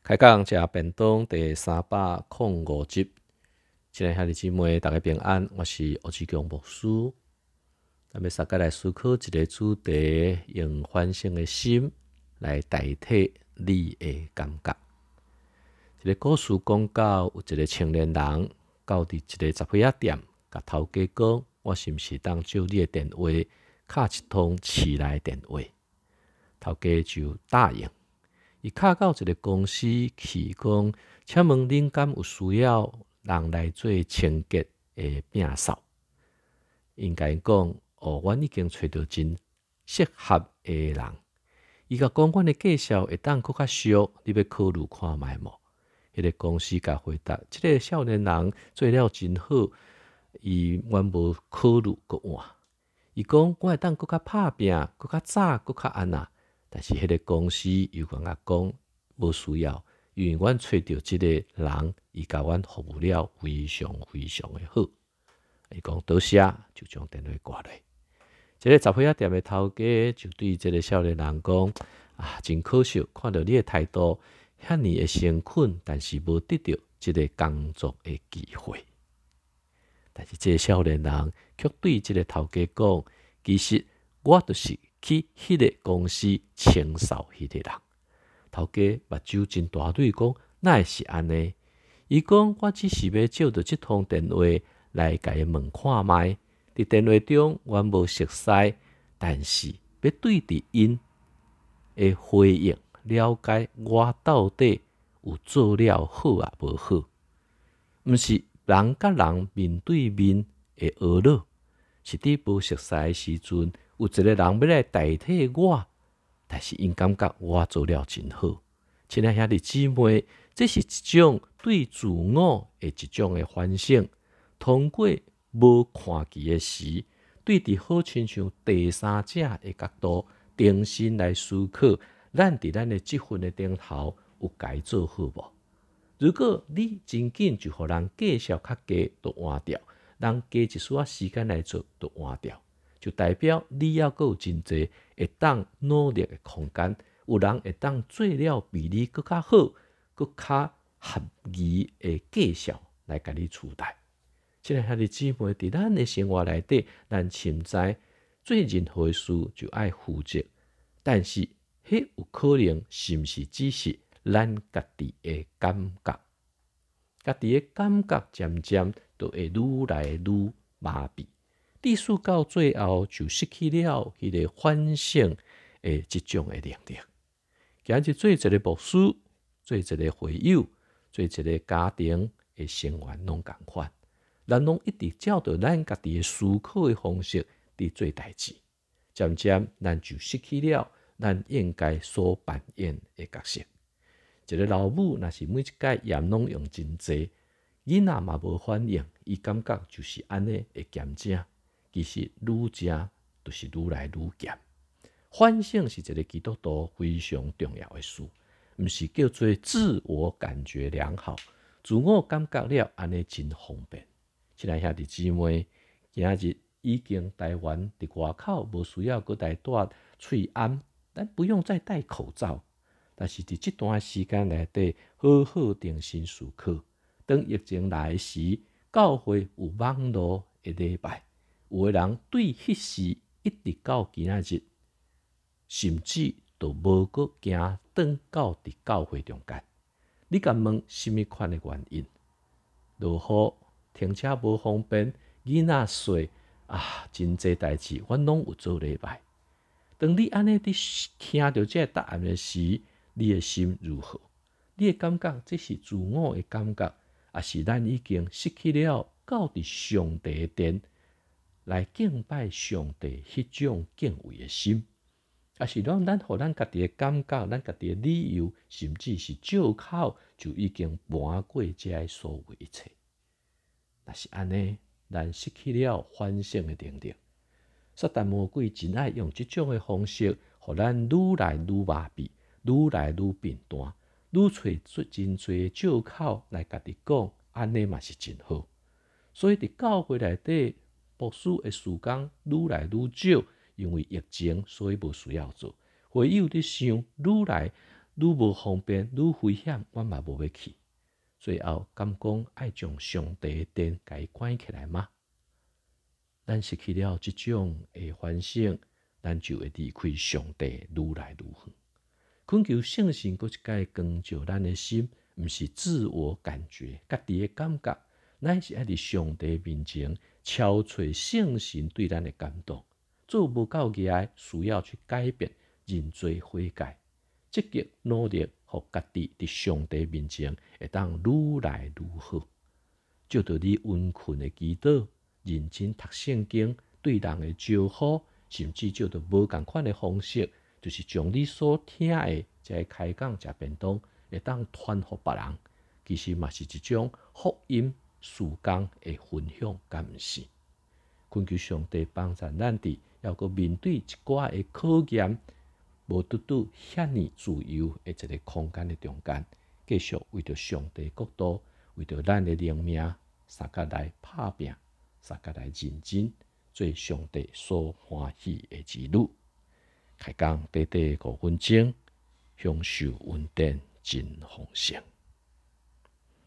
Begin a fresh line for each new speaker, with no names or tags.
开讲食便当第305集，亲爱兄弟姊妹，大家平安，我是欧志强牧师。咱要大家来思考一个主题，用反省的心来代替你的感觉。一个故事讲到，有一个青年人到伫一个杂货仔店，甲头家讲：我是毋是当借你的电话，敲一通市内电话？头家就答应。伊敲到一个公司去讲，请问恁敢有需要人来做清洁的摒扫？因甲因讲，阮已经找到真适合的人。伊甲讲，阮的介绍会当搁较俗，你要考虑看觅无？迄个公司甲回答，即个少年人做了真好，伊原无考虑搁换。伊讲，我会当搁较拍拼，搁较早，搁较安那。但是迄个公司又甲我讲无需要，因为阮找到即个人，伊甲阮服务了非常非常的好。伊讲多谢，就将电话挂落。即个杂货仔店的头家就对即个少年人讲：真可惜，看到你的态度遐尼的诚恳，但是无得到即个工作的机会。但是即个少年人却对即个头家讲：其实我就是去迄个公司清扫迄个人。头家目睭真大蕊讲，哪会是安尼？伊讲我只是要借着即通电话来甲伊问看觅。伫电话中阮无熟悉，但是要对伫因的回应了解我到底有做了好啊无好。毋是人甲人面对面的学老，是伫无熟悉的时阵，有一个人要来代替我，但是因感觉我做了真好。亲爱兄弟姊妹，这是一种对自我的一种的反省。通过无看见的时，对伫好亲像第三者的角度，重新来思考，咱伫咱的这份的顶头有该做好无？如果你真紧就互人介绍较低，就换掉；人加一丝仔时间来做，就换掉，就代表你还佫有真济会当努力的空间。有人会当做了比你佫较好、佫较合宜的介绍来甲你取代。即个兄弟姊妹伫咱的生活内底，咱深知做任何的事就爱负责，但是迄有可能是毋是只是咱家己的感觉？家己的感觉渐渐就会愈来愈麻痹，历史到最后就失去了迄个反省的即种的能力。今日做一个牧师，做一个会友，做一个家庭的成员，拢共款。咱拢一直照着咱家己的思考的方式伫做代志，渐渐咱就失去了咱应该所扮演的角色。一个老母若是每一届盐拢用真济，囡仔嘛无反应，伊感觉就是安尼会减正，其实愈正就是愈来愈减。反省是一个基督徒非常重要的事，毋是叫做自我感觉良好，自我感觉了安尼真方便。亲爱兄弟姊妹，今日已经台湾伫外口无需要搁来戴喙安，咱不用再戴口罩。但是伫这段时间内底，好好定心思考。当疫情来时，教会有网络的礼拜，有的人对迄时一直到今仔日。甚至都无搁行转到伫教会中间。你敢问什么款的原因？落雨、停车无方便，囡仔细真济代志，阮拢有做礼拜。当你安尼伫听到这答案的时，你的心如何？你会感觉这是自我的感觉，还是咱已经失去了到伫上帝的殿来敬拜上帝迄种敬畏的心？也是咱互咱家己的感觉，咱家己的理由，甚至是借口，就已经瞒过这所有一切。若是安尼，咱失去了反省的能力。撒旦魔鬼真爱用这种的方式，互咱愈来愈麻痹，愈来愈变单，愈找出真侪借口来家己讲，安尼嘛是真好。所以伫教会内底，牧师的时间愈来愈少。因为疫情，所以无需要做。会友伫想，愈来愈无方便，愈危险，阮嘛无要去。最后敢讲爱将上帝的殿甲伊关起来吗？咱失去了即种的反省，咱就会离开上帝愈来愈远。恳求圣神搁一摆光照咱的心，毋是自我感觉、家己的感觉，乃是爱伫上帝面前超找圣神对咱的感动。做无够个需要去改变，认罪悔改，积极努力，互家己伫上帝面前会当愈来愈好。照着你温困的祈祷，认真读圣经，对人的招呼，甚至照着无共款的方式，就是将你所听的这开讲、这便当，会当传互别人。其实嘛是一种福音事工的分享，敢毋是？恳求上帝帮助咱伫，要搁面对一寡的考验，无拄拄遐尼自由的一个空间的中间，继续为着上帝国度，为着咱的灵命，三甲来拍拼，三甲来认真，做上帝所欢喜的子女。开讲短短5分钟，享受稳定真丰盛。